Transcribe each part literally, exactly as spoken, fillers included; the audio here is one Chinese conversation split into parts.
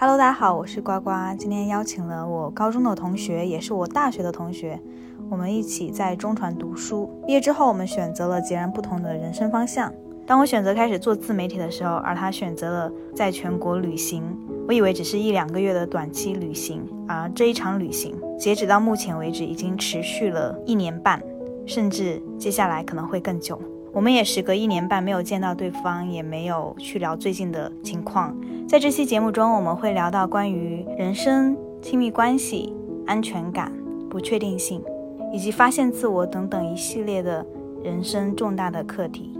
Hello， 大家好，我是呱呱。今天邀请了我高中的同学，也是我大学的同学，我们一起在中传读书。毕业之后，我们选择了截然不同的人生方向。当我选择开始做自媒体的时候，而他选择了在全国旅行。我以为只是一两个月的短期旅行，而这一场旅行，截止到目前为止已经持续了一年半，甚至接下来可能会更久。我们也时隔一年半没有见到对方，也没有去聊最近的情况。在这期节目中，我们会聊到关于人生、亲密关系、安全感、不确定性，以及发现自我等等一系列的人生重大的课题。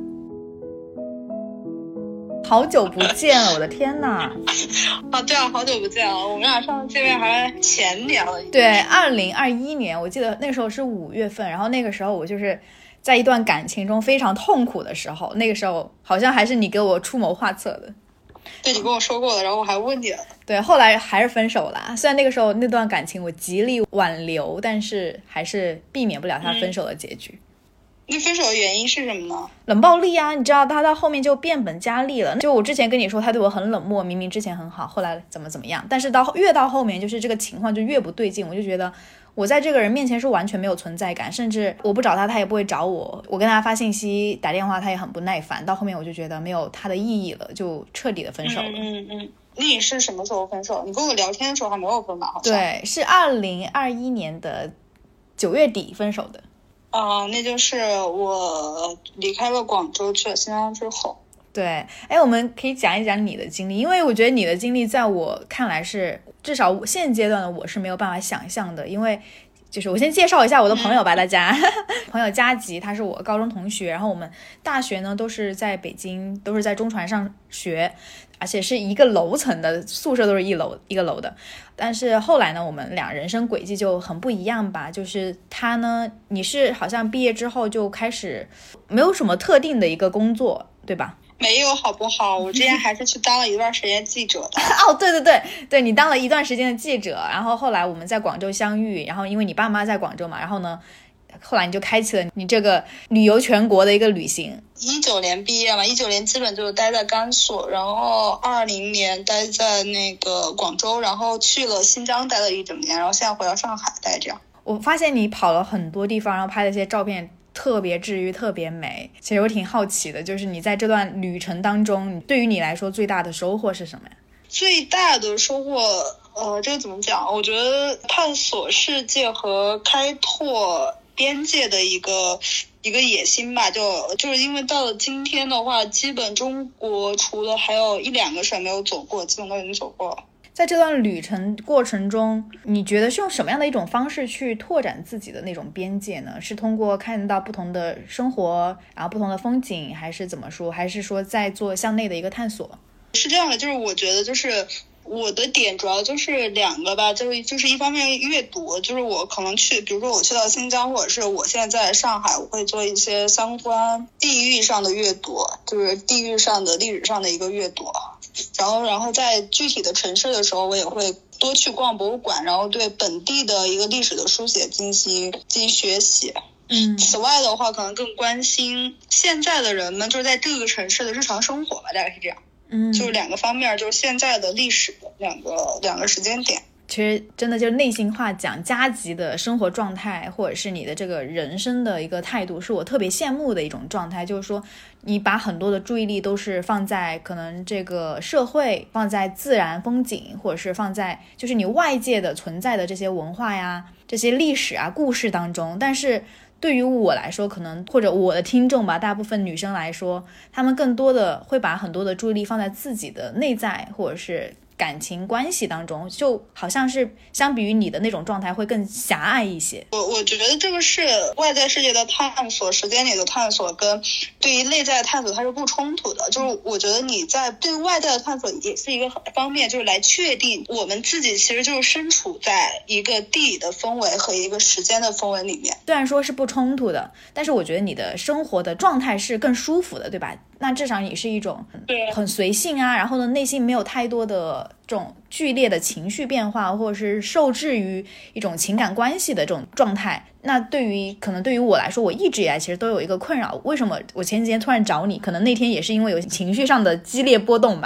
好久不见了，我的天哪！ 啊，对啊，好久不见了。我们俩上次见面还前年了。 对，二零二一年，我记得那时候是五月份，然后那个时候我就是在一段感情中非常痛苦的时候，那个时候好像还是你给我出谋划策的。 对，你跟我说过了，然后我还问你了。 对，后来还是分手了。虽然那个时候那段感情我极力挽留，但是还是避免不了他分手的结局。 嗯，那分手的原因是什么呢？ 冷暴力啊，你知道他到后面就变本加厉了。就我之前跟你说他对我很冷漠，明明之前很好，后来怎么怎么样，但是到越到后面就是这个情况就越不对劲，我就觉得我在这个人面前是完全没有存在感，甚至我不找他他也不会找我，我跟他发信息打电话他也很不耐烦，到后面我就觉得没有他的意义了，就彻底的分手了。 嗯嗯嗯。那你是什么时候分手？你跟我聊天的时候还没有分吧？好像对，是二零二一年的九月底分手的。 啊、呃，那就是我离开了广州去了新疆之后。 对，哎，我们可以讲一讲你的经历，因为我觉得你的经历在我看来是至少现阶段的我是没有办法想象的。因为就是我先介绍一下我的朋友吧，大家朋友佳吉，他是我高中同学，然后我们大学呢都是在北京，都是在中传上学，而且是一个楼层的宿舍，都是一楼一个楼的。但是后来呢，我们俩人生轨迹就很不一样吧。就是他呢，你是好像毕业之后就开始没有什么特定的一个工作，对吧？ 没有好不好？我之前还是去当了一段时间记者的。 哦，对对对对，你当了一段时间的记者，然后后来我们在广州相遇，然后因为你爸妈在广州嘛，然后呢，后来你就开启了你这个旅游全国的一个旅行。 一九年毕业嘛，一九年基本就是待在甘肃，然后二零年待在那个广州，然后去了新疆待了一整年，然后现在回到上海待这样。 我发现你跑了很多地方，然后拍了一些照片。特别治愈，特别美。其实我挺好奇的，就是你在这段旅程当中，对于你来说最大的收获是什么呀？ 最大的收获，呃，这个怎么讲？我觉得探索世界和开拓边界的一个一个野心吧。就就是因为到了今天的话，基本中国除了还有一两个省没有走过，基本都已经走过了。 在这段旅程过程中，你觉得是用什么样的一种方式去拓展自己的那种边界呢？是通过看到不同的生活，然后不同的风景，还是怎么说？还是说在做向内的一个探索？ 是这样的，就是我觉得就是我的点主要就是两个吧，就是就是一方面阅读，就是我可能去，比如说我去到新疆，或者是我现在在上海，我会做一些相关地域上的阅读，就是地域上的历史上的一个阅读。然后然后在具体的城市的时候，我也会多去逛博物馆，然后对本地的一个历史的书写进行进行学习。 嗯， 此外的话，可能更关心现在的人们就是在这个城市的日常生活吧，大概是这样。 嗯， 就是两个方面，就是现在的历史的两个两个时间点。 其实真的就是内心话讲，佳吉的生活状态或者是你的这个人生的一个态度，是我特别羡慕的一种状态。就是说你把很多的注意力都是放在可能这个社会，放在自然风景，或者是放在就是你外界的存在的这些文化呀，这些历史啊故事当中。但是对于我来说，可能或者我的听众吧，大部分女生来说，她们更多的会把很多的注意力放在自己的内在或者是感情关系当中，就好像是相比于你的那种状态会更狭隘一些。 我我觉得这个是外在世界的探索，时间里的探索跟对于内在的探索它是不冲突的。就是我觉得你在对外在的探索也是一个方面，就是来确定我们自己其实就是身处在一个地理的氛围和一个时间的氛围里面。 虽然说是不冲突的，但是我觉得你的生活的状态是更舒服的，对吧？那至少也是一种很随性啊，然后呢内心没有太多的这种剧烈的情绪变化，或者是受制于一种情感关系的这种状态。那对于可能对于我来说，我一直以来其实都有一个困扰，为什么我前几天突然找你，可能那天也是因为有情绪上的激烈波动吧。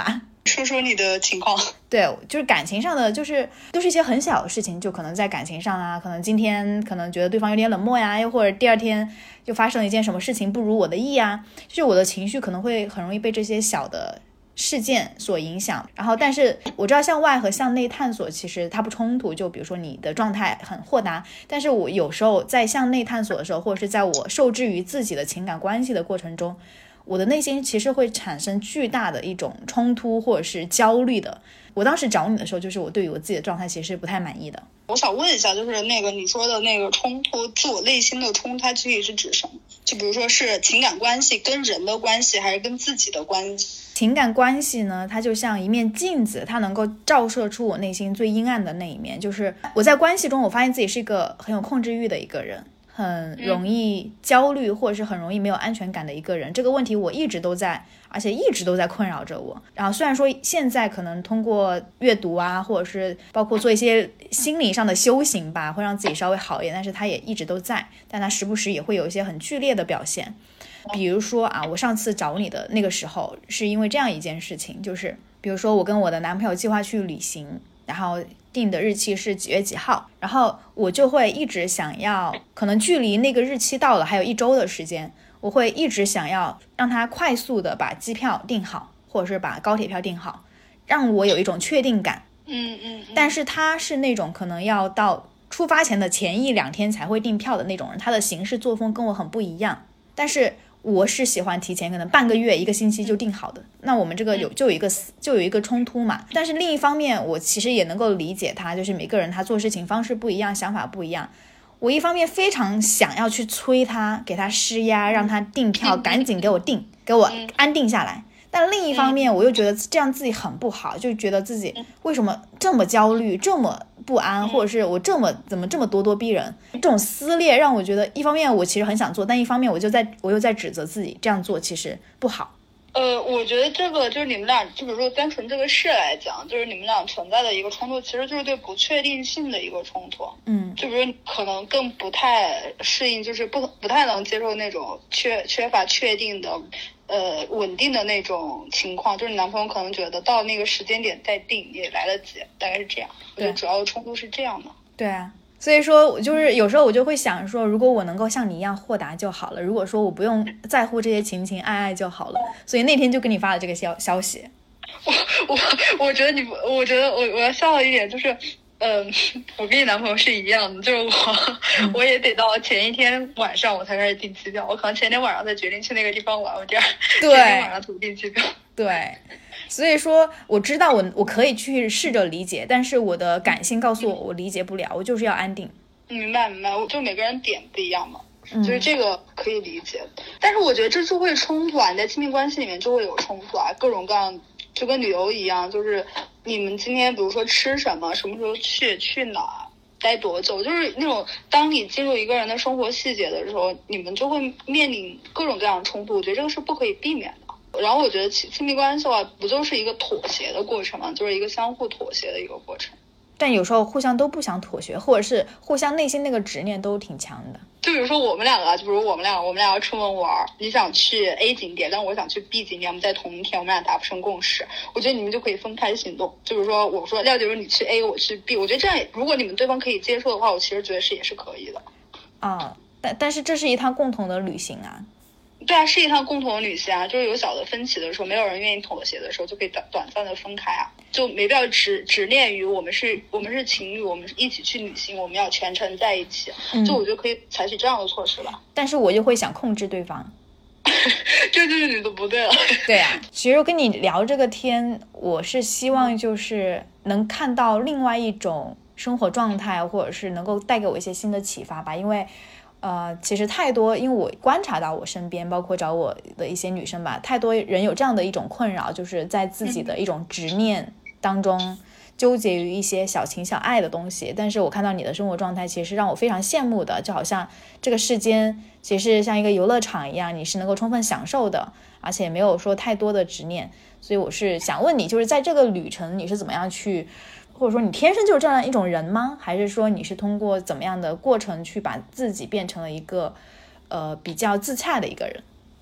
说说你的情况。 对，就是感情上的，就是都是一些很小的事情，就可能在感情上啊，可能今天可能觉得对方有点冷漠呀，又或者第二天就发生了一件什么事情不如我的意啊，就是我的情绪可能会很容易被这些小的事件所影响。然后但是我知道向外和向内探索其实它不冲突，就比如说你的状态很豁达，但是我有时候在向内探索的时候，或者是在我受制于自己的情感关系的过程中，我的内心其实会产生巨大的一种冲突或者是焦虑的。我当时找你的时候，就是我对于我自己的状态其实是不太满意的。 我想问一下，就是那个你说的那个冲突，自我内心的冲突，它具体是指什么？就比如说是情感关系跟人的关系，还是跟自己的关系？ 情感关系呢，它就像一面镜子，它能够照射出我内心最阴暗的那一面。就是我在关系中，我发现自己是一个很有控制欲的一个人，很容易焦虑或者是很容易没有安全感的一个人。这个问题我一直都在，而且一直都在困扰着我。然后虽然说现在可能通过阅读啊，或者是包括做一些心理上的修行吧，会让自己稍微好一点，但是它也一直都在，但它时不时也会有一些很剧烈的表现。比如说啊，我上次找你的那个时候是因为这样一件事情，就是比如说我跟我的男朋友计划去旅行，然后定的日期是几月几号，然后我就会一直想要，可能距离那个日期到了还有一周的时间，我会一直想要让他快速的把机票订好，或者是把高铁票订好，让我有一种确定感。 嗯嗯嗯。 但是他是那种可能要到出发前的前一两天才会订票的那种人，他的行事作风跟我很不一样。但是我是喜欢提前可能半个月一个星期就定好的，那我们这个有就有一个就有一个冲突嘛。但是另一方面我其实也能够理解他，就是每个人他做事情方式不一样，想法不一样。我一方面非常想要去催他，给他施压，让他订票赶紧给我订，给我安定下来，但另一方面我又觉得这样自己很不好，就觉得自己为什么这么焦虑，这么不安，或者是我这么怎么这么咄咄逼人，这种撕裂让我觉得一方面我其实很想做，但一方面我就在我又在指责自己这样做其实不好。 呃，我觉得这个就是你们俩，就比如说单纯这个事来讲，就是你们俩存在的一个冲突，其实就是对不确定性的一个冲突。 嗯， 就比如你可能更不太适应，就是不不太能接受那种缺缺乏确定的呃稳定的那种情况，就是你男朋友可能觉得到那个时间点再定也来得及，大概是这样。我觉得主要的冲突是这样的。 对啊，所以说我就是有时候我就会想说，如果我能够像你一样豁达就好了，如果说我不用在乎这些情情爱爱就好了。所以那天就跟你发了这个消消息。 我我我觉得你，我觉得我我要笑的一点就是，嗯，我跟你男朋友是一样的，就是我、嗯、我也得到前一天晚上我才开始订机票，我可能前天晚上才决定去那个地方玩，我第二对前天晚上才订机票。 对，所以说我知道我我可以去试着理解，但是我的感性告诉我我理解不了，我就是要安定。 明白明白，我就每个人点不一样嘛。就是这个可以理解、嗯、但是我觉得这就会冲突啊，你在亲密关系里面就会有冲突啊，各种各样，就跟旅游一样，就是你们今天比如说吃什么，什么时候去，去哪，待多久，就是那种当你进入一个人的生活细节的时候，你们就会面临各种各样的冲突，我觉得这个是不可以避免的。然后我觉得亲亲密关系的话不就是一个妥协的过程嘛，就是一个相互妥协的一个过程， 但有时候互相都不想妥协，或者是互相内心那个执念都挺强的。 就比如说我们两个，就比如我们俩，我们俩要出门玩，你想去 A 景点，但我想去 B 景点，我们在同一天，我们俩达不成共识，我觉得你们就可以分开行动。就是说，我说廖姐说你去 A， 我去 B， 我觉得这样，如果你们对方可以接受的话，我其实觉得是也是可以的。 啊，但但是这是一趟共同的旅行啊。 对啊，是一趟共同的旅行啊，就是有小的分歧的时候，没有人愿意妥协的时候，就可以短短暂的分开啊，就没必要执执念于我们是我们是情侣，我们一起去旅行，我们要全程在一起，嗯、就我觉得可以采取这样的措施吧。 但是我就会想控制对方， 这就是你的不对了。 对啊，其实我跟你聊这个天，我是希望就是能看到另外一种生活状态，或者是能够带给我一些新的启发吧，因为。呃，其实太多，因为我观察到我身边，包括找我的一些女生吧，太多人有这样的一种困扰，就是在自己的一种执念当中纠结于一些小情小爱的东西。但是我看到你的生活状态，其实让我非常羡慕的，就好像这个世间其实像一个游乐场一样，你是能够充分享受的，而且没有说太多的执念。所以我是想问你，就是在这个旅程你是怎么样去，或者说你天生就是这样一种人吗？还是说你是通过怎么样的过程去把自己变成了一个呃比较自洽的一个人？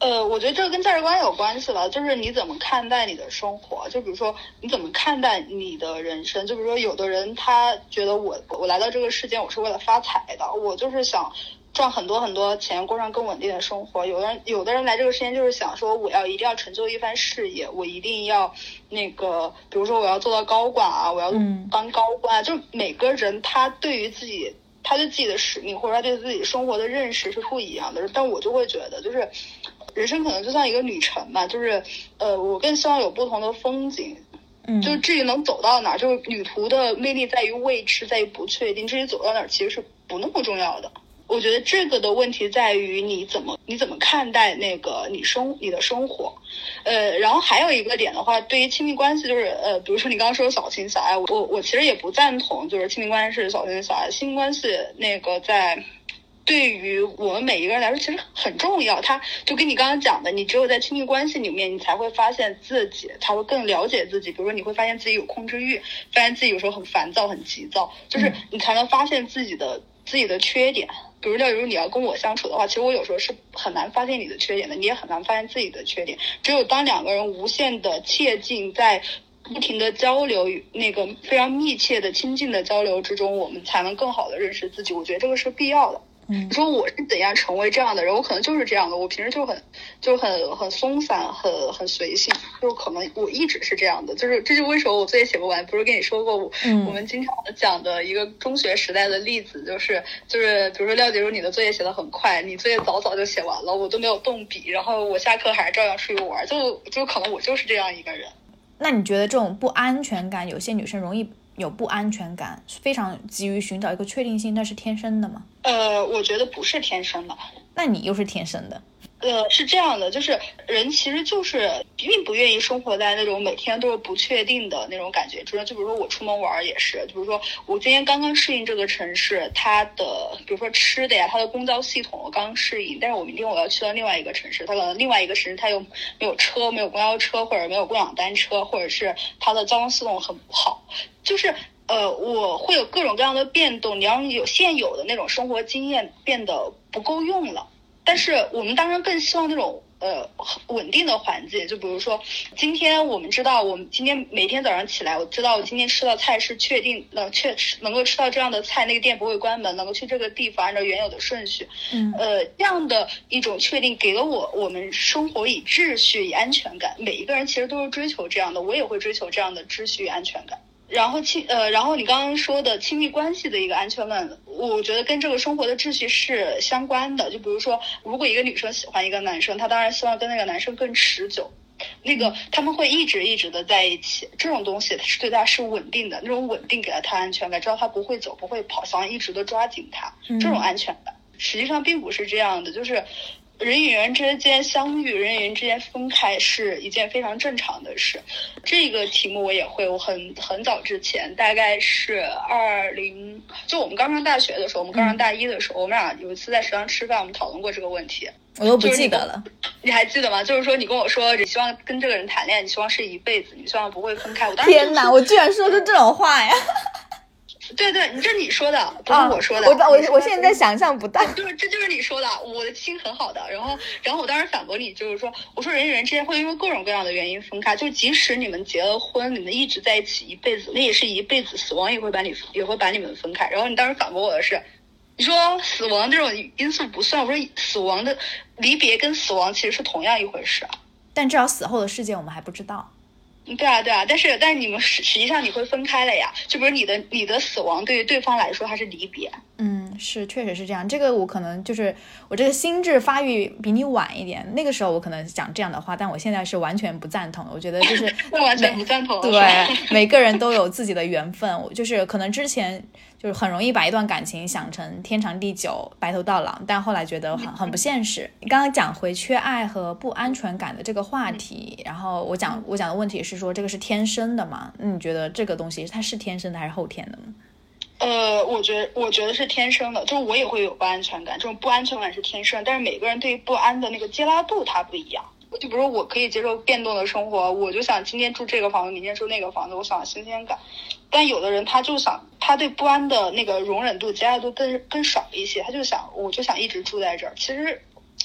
呃，我觉得这个跟价值观有关系吧，就是你怎么看待你的生活，就比如说你怎么看待你的人生，就比如说有的人他觉得我我来到这个世间我是为了发财的，我就是想赚很多很多钱，过上更稳定的生活。有的人有的人来这个世间就是想说，我要一定要成就一番事业，我一定要那个，比如说我要做到高管啊，我要当高官啊。嗯、就每个人他对于自己，他对自己的使命或者他对自己生活的认识是不一样的。但我就会觉得，就是人生可能就像一个旅程嘛，就是呃，我更希望有不同的风景。嗯，就至于能走到哪儿，就是旅途的魅力在于未知，在于不确定。至于走到哪儿，其实是不那么重要的。我觉得这个的问题在于你怎么你怎么看待那个你生你的生活，呃，然后还有一个点的话，对于亲密关系，就是呃，比如说你刚刚说小情小爱，我我其实也不赞同，就是亲密关系是小情小爱，亲密关系那个在对于我们每一个人来说其实很重要。它就跟你刚刚讲的，你只有在亲密关系里面，你才会发现自己，才会更了解自己。比如说你会发现自己有控制欲，发现自己有时候很烦躁很急躁，就是你才能发现自己的自己的缺点。比如，例如你要跟我相处的话，其实我有时候是很难发现你的缺点的，你也很难发现自己的缺点。只有当两个人无限的切近，在不停的交流，那个非常密切的亲近的交流之中，我们才能更好的认识自己。我觉得这个是必要的。你说我是怎样成为这样的人，我可能就是这样的，我平时就很就很很松散，很很随性，就可能我一直是这样的。就是这就为什么我作业写不完，不是跟你说过我、嗯、我们经常讲的一个中学时代的例子，就是就是比如说廖姐如你的作业写得很快，你作业早早就写完了，我都没有动笔，然后我下课还是照样出去玩，就就可能我就是这样一个人。 那你觉得这种不安全感，有些女生容易有不安全感，非常急于寻找一个确定性，那是天生的吗？ 呃，我觉得不是天生的。 那你又是天生的？ 呃，是这样的，就是人其实就是并不愿意生活在那种每天都是不确定的那种感觉之中。就比如说我出门玩也是，就比如说我今天刚刚适应这个城市，它的比如说吃的呀，它的公交系统我刚适应，但是我明天我要去到另外一个城市，它可能另外一个城市它又没有车，没有公交车，或者没有共享单车，或者是它的交通系统很不好，就是呃，我会有各种各样的变动，你让有现有的那种生活经验变得不够用了。但是我们当然更希望那种呃稳定的环境，就比如说今天我们知道，我们今天每天早上起来，我知道我今天吃到菜是确定能确能够吃到这样的菜，那个店不会关门，能够去这个地方按照原有的顺序，嗯，呃，这样的一种确定给了我我们生活以秩序以安全感。每一个人其实都是追求这样的，我也会追求这样的秩序与安全感。然后亲呃，然后你刚刚说的亲密关系的一个安全感，我觉得跟这个生活的秩序是相关的。就比如说，如果一个女生喜欢一个男生，她当然希望跟那个男生更持久，那个他们会一直一直的在一起。这种东西是对他是稳定的，那种稳定给了他安全感，知道他不会走不会跑，想一直的抓紧他，这种安全感。实际上并不是这样的，就是人与人之间相遇，人与人之间分开是一件非常正常的事。这个题目我也会，我很很早之前，大概是二零，就我们刚上大学的时候，我们刚上大一的时候，我们俩有一次在食堂吃饭，我们讨论过这个问题。 我都不记得了。 你, 你还记得吗？就是说你跟我说你希望跟这个人谈恋爱，你希望是一辈子，你希望不会分开。我当时天哪，我居然说出这种话呀！ 对对，你这是你说的，不是我说的。 啊、我我我现在想象不到， 就是这就是你说的，我的心很好的。然后然后我当时反驳你，就是说，我说人与人之间会因为各种各样的原因分开，就即使你们结了婚，你们一直在一起一辈子，那也是一辈子，死亡也会把你也会把你们分开。然后你当时反驳我的是，你说死亡这种因素不算，我说死亡的离别跟死亡其实是同样一回事啊。 但至少死后的世界我们还不知道。 对啊对啊，但是但是你们实实际上你会分开了呀，就比如你的你的死亡对于对方来说它是离别。 嗯，是，确实是这样。这个我可能就是我这个心智发育比你晚一点，那个时候我可能讲这样的话，但我现在是完全不赞同的。我觉得就是完全不赞同。 对，每个人都有自己的缘分，我就是可能之前就是很容易把一段感情想成天长地久白头到老，但后来觉得很很不现实。你刚刚讲回缺爱和不安全感的这个话题，然后我讲我讲的问题是说这个是天生的嘛？你觉得这个东西它是天生的还是后天的呢？ 呃，我觉得我觉得是天生的，就是我也会有不安全感，这种不安全感是天生，但是每个人对于不安的那个接纳度它不一样。就比如说我可以接受变动的生活，我就想今天住这个房子，明天住那个房子，我想新鲜感。但有的人他就想，他对不安的那个容忍度、接纳度更更少一些，他就想我就想一直住在这儿。其实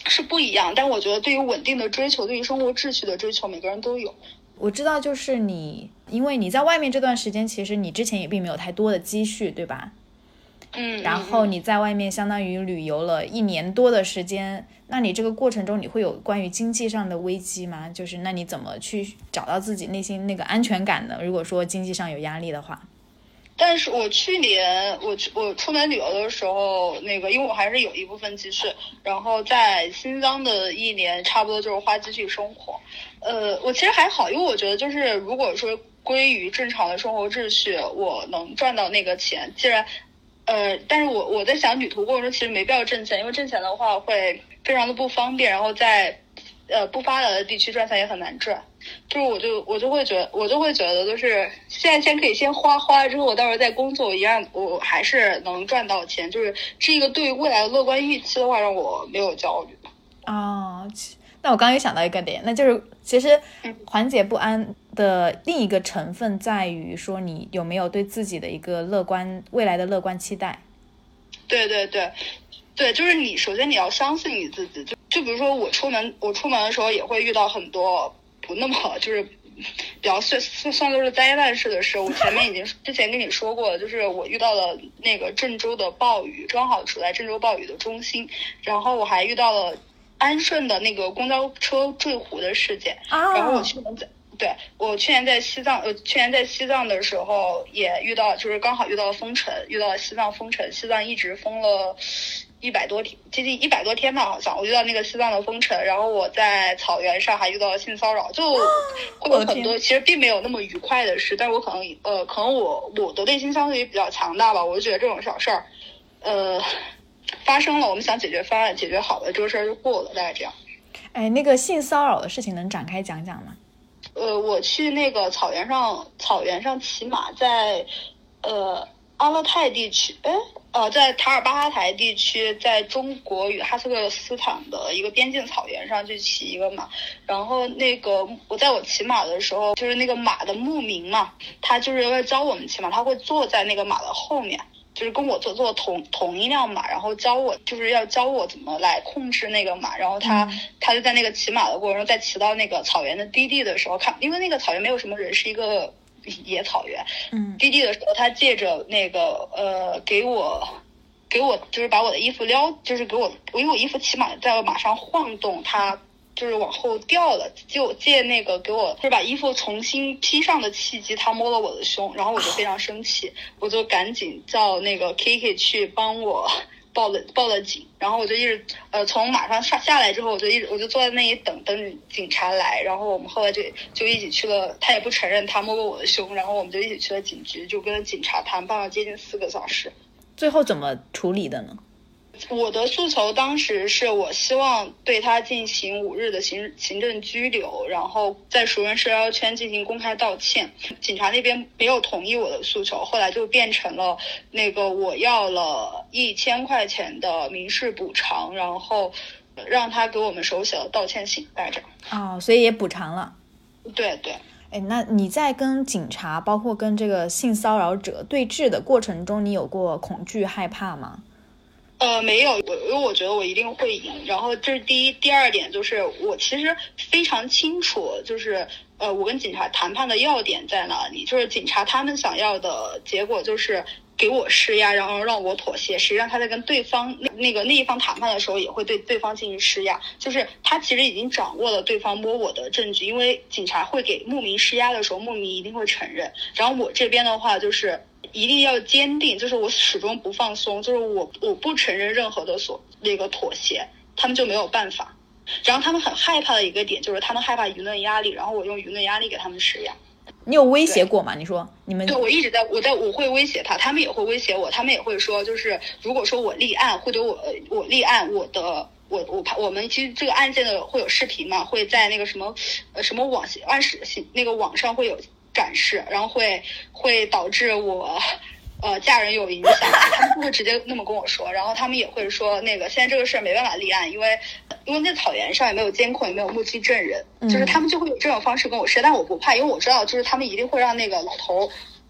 是不一样，但我觉得对于稳定的追求，对于生活秩序的追求，每个人都有。 我知道，就是你，因为你在外面这段时间，其实你之前也并没有太多的积蓄，对吧？ 嗯， 然后你在外面相当于旅游了一年多的时间，那你这个过程中你会有关于经济上的危机吗？就是那你怎么去找到自己内心那个安全感呢？如果说经济上有压力的话。 但是我去年我去我出门旅游的时候，那个因为我还是有一部分积蓄，然后在新疆的一年差不多就是花积蓄生活。呃，我其实还好，因为我觉得就是如果说归于正常的生活秩序，我能赚到那个钱，既然呃，但是我我在想旅途过程中其实没必要挣钱，因为挣钱的话会非常的不方便，然后在呃不发达的地区赚钱也很难赚。就是我就我就会觉得我就会觉得就是现在先可以先花花了之后，我到时候再工作一样，我还是能赚到钱。就是这个对于未来的乐观预期的话，让我没有焦虑。 哦，那我刚刚又想到一个点，那就是其实缓解不安的另一个成分在于说你有没有对自己的一个乐观未来的乐观期待。 对对对对，就是你首先你要相信你自己。就就比如说我出门我出门的时候也会遇到很多不那么就是比较算算都是灾难式的事。我前面已经之前跟你说过了，就是我遇到了那个郑州的暴雨，刚好处在郑州暴雨的中心，然后我还遇到了安顺的那个公交车坠湖的事件。 啊， 然后我去年在对我去年在西藏呃去年在西藏的时候也遇到，就是刚好遇到了封城，遇到了西藏封城，西藏一直封了一百多天，接近一百多天吧，好像我遇到那个西藏的封城，然后我在草原上还遇到了性骚扰，就会有很多其实并没有那么愉快的事，但是我可能呃可能我我的内心相对于比较强大吧，我就觉得这种小事儿呃发生了，我们想解决方案解决好了，这个事儿就过了，大概这样。 哎，那个性骚扰的事情能展开讲讲吗？ 呃，我去那个草原上草原上骑马，在呃阿勒泰地区，哎呃，在塔尔巴哈台地区，在中国与哈萨克斯坦的一个边境草原上去骑一个马，然后那个我在我骑马的时候，就是那个马的牧民嘛，他就是要教我们骑马，他会坐在那个马的后面。就是跟我坐坐同同一辆马，然后教我就是要教我怎么来控制那个马，然后他、嗯、他就在那个骑马的过程中，在骑到那个草原的低地的时候，看因为那个草原没有什么人，是一个野草原， 嗯， 低地的时候，他借着那个呃给我给我就是把我的衣服撩，就是给我因为我衣服骑马在马上晃动，他就是往后掉了，就借那个给我就是把衣服重新披上的契机，他摸了我的胸，然后我就非常生气，我就赶紧叫那个 Kiki 去帮我报了报了警，然后我就一直呃从马上下下来之后，我就一直我就坐在那里等等警察来，然后我们后来就就一起去了，他也不承认他摸过我的胸，然后我们就一起去了警局，就跟警察谈判了接近四个小时。 最后怎么处理的呢？ 我的诉求当时是我希望对他进行五日的行行政拘留，然后在熟人社交圈进行公开道歉。警察那边没有同意我的诉求，后来就变成了那个我要了一千块钱的民事补偿，然后让他给我们手写了道歉信，大概这样。 哦，所以也补偿了。 对对。 哎，那你在跟警察包括跟这个性骚扰者对峙的过程中，你有过恐惧害怕吗？ 呃，没有，我因为我觉得我一定会赢。然后这是第一，第二点就是我其实非常清楚，就是呃，我跟警察谈判的要点在哪里，就是警察他们想要的结果就是给我施压，然后让我妥协。实际上他在跟对方那那个那一方谈判的时候，也会对对方进行施压，就是他其实已经掌握了对方摸我的证据，因为警察会给牧民施压的时候，牧民一定会承认。然后我这边的话就是一定要坚定，就是我始终不放松，就是我我不承认任何的所那个妥协，他们就没有办法。然后他们很害怕的一个点就是他们害怕舆论压力，然后我用舆论压力给他们施压。 你有威胁过吗？你说你们？ 对，我一直在我在我会威胁他，他们也会威胁我，他们也会说，就是如果说我立案或者我我立案，我的我我我们其实这个案件的会有视频嘛，会在那个什么呃什么网按时那个网上会有展示，然后会会导致我呃家人有影响，他们不会直接那么跟我说，然后他们也会说那个现在这个事儿没办法立案，因为因为在草原上也没有监控，也没有目击证人，就是他们就会有这种方式跟我说，但我不怕，因为我知道就是他们一定会让那个老头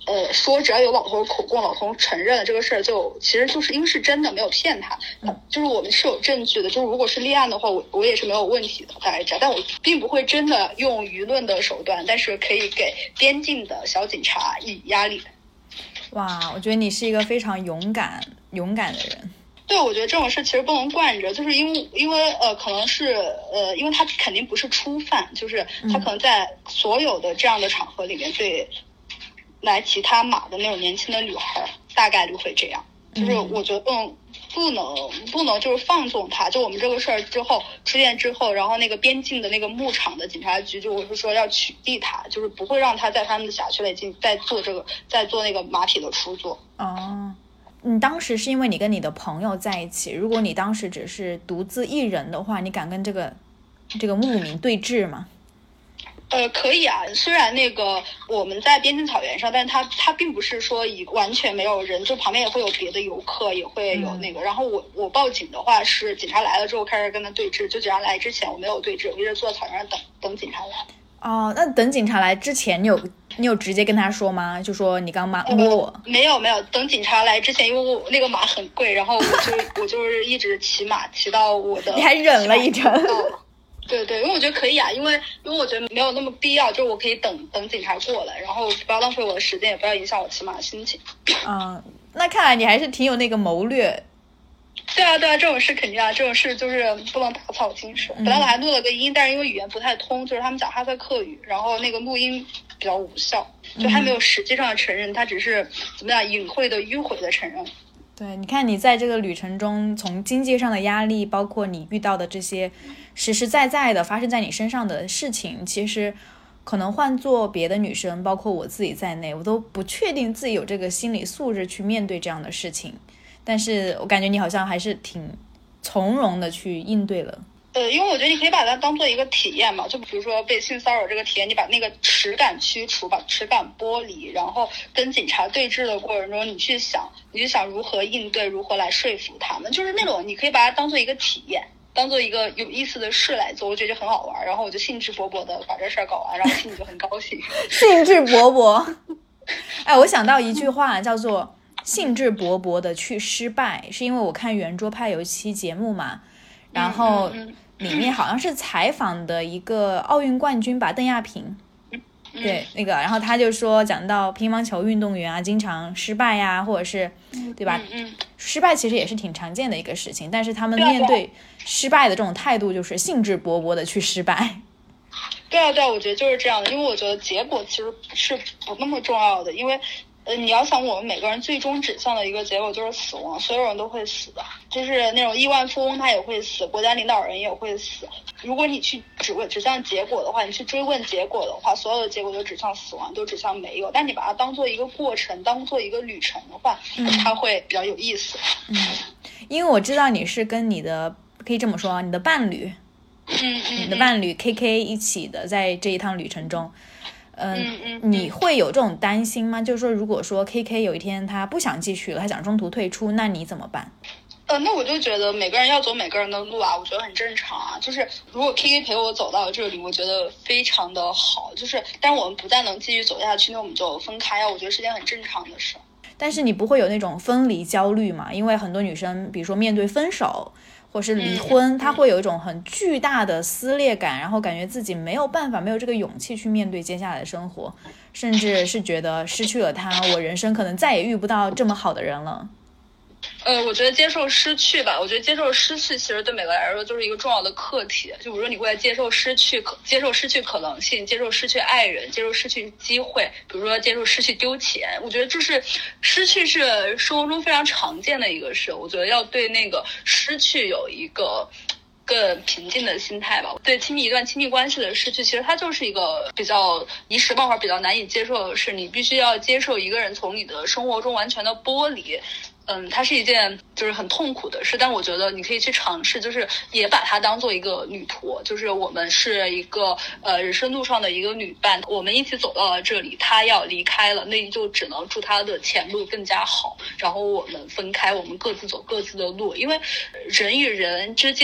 呃说只要有老头口供，老头承认了这个事儿，就其实就是因为是真的，没有骗他，就是我们是有证据的，就是如果是立案的话，我我也是没有问题的，大概这样。但我并不会真的用舆论的手段，但是可以给边境的小警察以压力。 哇，我觉得你是一个非常勇敢勇敢的人。 对，我觉得这种事其实不能惯着，就是因为因为呃，可能是呃，因为他肯定不是初犯，就是他可能在所有的这样的场合里面，对来骑他马的那种年轻的女孩，大概率会这样。就是我觉得不能不能不能就是放纵他。就我们这个事儿之后出现之后，然后那个边境的那个牧场的警察局就是说要取缔他，就是不会让他在他们的辖区内进再做这个再做那个马匹的出租。 哦。你当时是因为你跟你的朋友在一起，如果你当时只是独自一人的话，你敢跟这个这个牧民对峙吗？ 呃，可以啊，虽然那个我们在边境草原上，但是它它并不是说以完全没有人，就旁边也会有别的游客，也会有那个。嗯、然后我我报警的话是警察来了之后开始跟他对峙，就警察来之前我没有对峙，我一直坐在草原上等等警察来。 哦，那等警察来之前，你有你有直接跟他说吗？就说你刚马摸我、 呃？没有没有，等警察来之前，因为我那个马很贵，然后我就我就是一直骑马骑到我的。 你还忍了一阵。 对对，因为我觉得可以啊，因为因为我觉得没有那么必要，就是我可以等等警察过来，然后不要浪费我的时间，也不要影响我骑马的心情。 嗯，那看来你还是挺有那个谋略。 对啊对啊，这种事肯定啊，这种事就是不能打草惊蛇。本来我还录了个音，但是因为语言不太通，就是他们讲哈萨克语，然后那个录音比较无效，就还没有实际上的承认，他只是怎么样隐晦的迂回的承认。 对，你看你在这个旅程中，从经济上的压力，包括你遇到的这些实实在在的发生在你身上的事情，其实可能换做别的女生，包括我自己在内，我都不确定自己有这个心理素质去面对这样的事情。但是我感觉你好像还是挺从容的去应对了。 呃，因为我觉得你可以把它当做一个体验嘛，就比如说被性骚扰这个体验，你把那个耻感驱除，把耻感剥离，然后跟警察对峙的过程中，你去想，你去想如何应对，如何来说服他们，就是那种你可以把它当做一个体验，当做一个有意思的事来做，我觉得就很好玩。然后我就兴致勃勃的把这事儿搞完，然后心里就很高兴。 兴致勃勃，哎，我想到一句话叫做兴致勃勃的去失败，是因为我看圆桌派有一期节目嘛，然后里面好像是采访的一个奥运冠军吧，邓亚萍，对那个，然后他就说讲到乒乓球运动员啊，经常失败呀、啊，或者是对吧？失败其实也是挺常见的一个事情，但是他们面对失败的这种态度，就是兴致勃勃的去失败。 对啊，对啊，我觉得就是这样的，因为我觉得结果其实是不那么重要的，因为。呃，你要想我们每个人最终指向的一个结果就是死亡，所有人都会死的，就是那种亿万富翁他也会死，国家领导人也会死。如果你去只问指向结果的话，你去追问结果的话，所有的结果都指向死亡，都指向没有。但你把它当做一个过程，当做一个旅程的话，嗯、它会比较有意思。 嗯，因为我知道你是跟你的可以这么说，你的伴侣， 嗯嗯， 你的伴侣 K K 一起的，在这一趟旅程中。呃、嗯嗯，你会有这种担心吗？就是说，如果说 K K 有一天他不想继续了，他想中途退出，那你怎么办？ 呃，那我就觉得每个人要走每个人的路啊，我觉得很正常啊。就是如果 K K 陪我走到这里，我觉得非常的好。就是，但我们不再能继续走下去，那我们就分开啊。我觉得是件很正常的事。 但是你不会有那种分离焦虑吗？因为很多女生，比如说面对分手或是离婚，她会有一种很巨大的撕裂感，然后感觉自己没有办法，没有这个勇气去面对接下来的生活，甚至是觉得失去了他，我人生可能再也遇不到这么好的人了。 呃，我觉得接受失去吧，我觉得接受失去其实对每个人来说就是一个重要的课题。就比如说你会接受失去，接受失去可能性，接受失去爱人，接受失去机会，比如说接受失去丢钱。我觉得这是失去是生活中非常常见的一个事。我觉得要对那个失去有一个更平静的心态吧。对亲密一段亲密关系的失去，其实它就是一个比较一时半会儿比较难以接受的事。你必须要接受一个人从你的生活中完全的剥离。嗯，它是一件就是很痛苦的事，但我觉得你可以去尝试，就是也把它当做一个旅途，就是我们是一个呃人生路上的一个旅伴，我们一起走到了这里，他要离开了，那就只能祝他的前路更加好，然后我们分开，我们各自走各自的路，因为人与人之间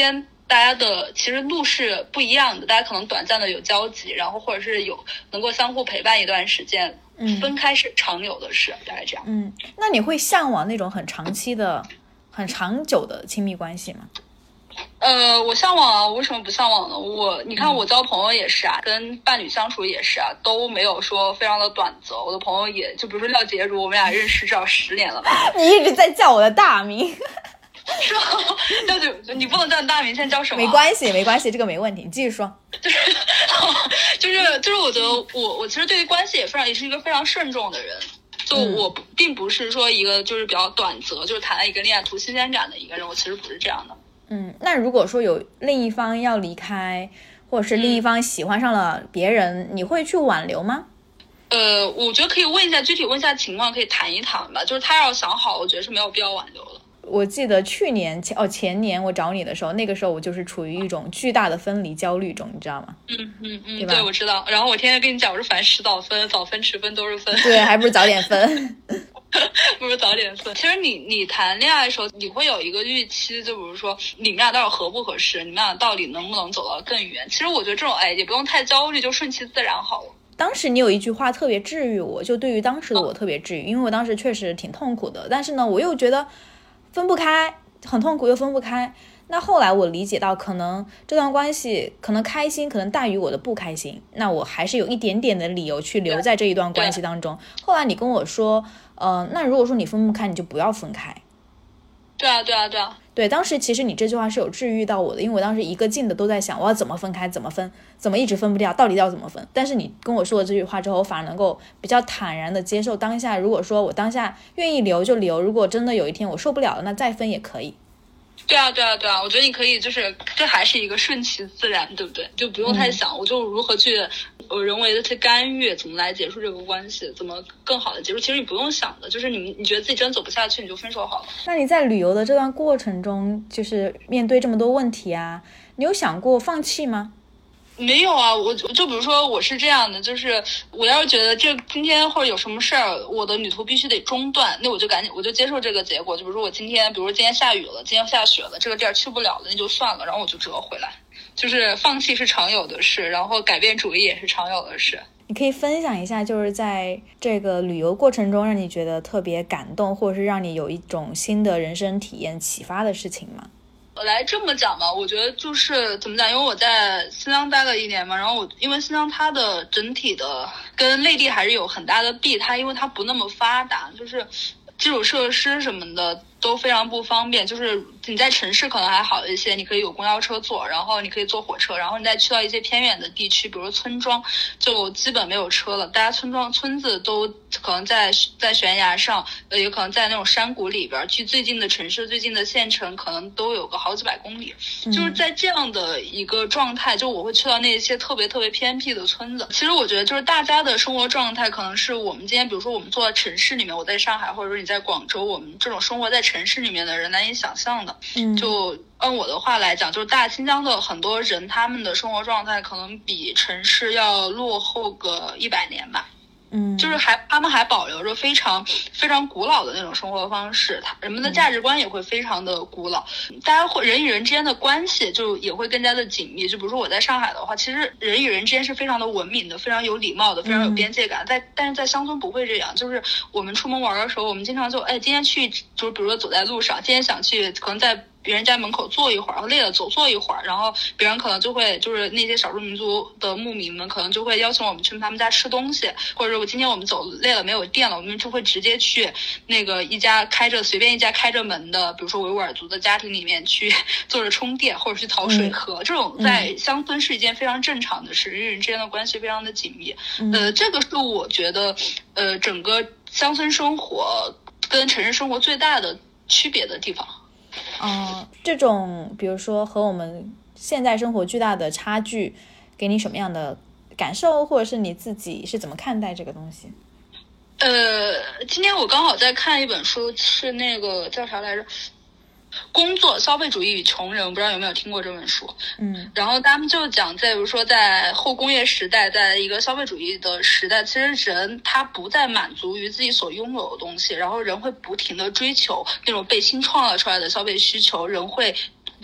大家的其实路是不一样的，大家可能短暂的有交集，然后或者是有能够相互陪伴一段时间，嗯，分开是常有的事，大概这样。 嗯，那你会向往那种很长期的、很长久的亲密关系吗？ 呃，我向往啊，为什么不向往呢？我你看，我交朋友也是啊，嗯、跟伴侣相处也是啊，都没有说非常的短则。我的朋友也就比如说廖洁如，我们俩认识至少十年了吧。 你一直在叫我的大名。 是吗？廖洁，你不能叫你大名，现在叫什么？ 没关系，没关系，这个没问题，你继续说。 就是就是就是，我觉得我我其实对于关系也非常也是一个非常慎重的人。就我并不是说一个就是比较短则，就是谈了一个恋爱图新鲜感的一个人，我其实不是这样的。 嗯，那如果说有另一方要离开，或者是另一方喜欢上了别人，嗯、你会去挽留吗？ 呃，我觉得可以问一下，具体问一下情况，可以谈一谈吧。就是他要想好，我觉得是没有必要挽留的。 我记得去年前哦前年我找你的时候，那个时候我就是处于一种巨大的分离焦虑中，你知道吗？ 嗯嗯嗯，对吧？对，我知道。然后我天天跟你讲，我是凡迟早分，早分迟分都是分。 对，还不如早点分。 不如早点分。其实你你谈恋爱的时候，你会有一个预期，就比如说你们俩到底合不合适，你们俩到底能不能走到更远。其实我觉得这种哎也不用太焦虑，就顺其自然好了。 当时你有一句话特别治愈我，就对于当时的我特别治愈，因为我当时确实挺痛苦的，但是呢我又觉得分不开，很痛苦又分不开。那后来我理解到，可能这段关系可能开心可能大于我的不开心，那我还是有一点点的理由去留在这一段关系当中。后来你跟我说呃，那如果说你分不开，你就不要分开。 对啊对啊对啊对，当时其实你这句话是有治愈到我的，因为我当时一个劲的都在想我要怎么分开，怎么分，怎么一直分不掉，到底要怎么分。但是你跟我说了这句话之后，我反而能够比较坦然的接受当下，如果说我当下愿意留就留，如果真的有一天我受不了了，那再分也可以。 对啊对啊对啊，我觉得你可以就是这还是一个顺其自然，对不对？就不用太想、嗯、我就如何去呃人为的去干预，怎么来结束这个关系，怎么更好的结束，其实你不用想的，就是你你觉得自己真走不下去你就分手好了。 那你在旅游的这段过程中，就是面对这么多问题啊，你有想过放弃吗？ 没有啊，我就比如说我是这样的，就是我要是觉得这今天或者有什么事儿，我的旅途必须得中断，那我就赶紧我就接受这个结果。就比如说我今天，比如说今天下雨了，今天下雪了，这个地儿去不了了，那就算了，然后我就折回来。就是放弃是常有的事，然后改变主意也是常有的事。 你可以分享一下，就是在这个旅游过程中让你觉得特别感动，或者是让你有一种新的人生体验启发的事情吗？ 我来这么讲吧，我觉得就是怎么讲，因为我在新疆待了一年嘛，然后我因为新疆它的整体的跟内地还是有很大的弊，它因为它不那么发达，就是基础设施什么的都非常不方便。就是你在城市可能还好一些，你可以有公交车坐，然后你可以坐火车，然后你再去到一些偏远的地区，比如村庄就基本没有车了，大家村庄村子都可能在在悬崖上，呃，也可能在那种山谷里边，去最近的城市最近的县城可能都有个好几百公里。就是在这样的一个状态，就我会去到那些特别特别偏僻的村子。其实我觉得就是大家的生活状态可能是我们今天比如说我们坐在城市里面，我在上海或者说你在广州，我们这种生活在城市里面的人难以想象的。嗯，就按我的话来讲，就是大新疆的很多人他们的生活状态可能比城市要落后个一百年吧。嗯，就是还他们还保留着非常非常古老的那种生活方式，他人们的价值观也会非常的古老，大家会人与人之间的关系就也会更加的紧密。就比如说我在上海的话，其实人与人之间是非常的文明的，非常有礼貌的，非常有边界感。在但是在乡村不会这样，就是我们出门玩的时候，我们经常就哎今天去，就是比如说走在路上，今天想去可能在别人家门口坐一会儿，然后累了走坐一会儿，然后别人可能就会就是那些少数民族的牧民们可能就会邀请我们去他们家吃东西，或者说我今天我们走累了没有电了，我们就会直接去那个一家开着随便一家开着门的，比如说维吾尔族的家庭里面去坐着充电，或者去讨水喝。嗯、这种在乡村是一件非常正常的事，人与人之间的关系非常的紧密。嗯、呃，这个是我觉得呃整个乡村生活跟城市生活最大的区别的地方。 嗯，这种比如说和我们现在生活巨大的差距给你什么样的感受，或者是你自己是怎么看待这个东西？ 呃，今天我刚好在看一本书，是那个叫啥来着，工作消费主义与穷人，我不知道有没有听过这本书。嗯，然后他们就讲在比如说在后工业时代，在一个消费主义的时代，其实人他不再满足于自己所拥有的东西，然后人会不停的追求那种被新创造出来的消费需求，人会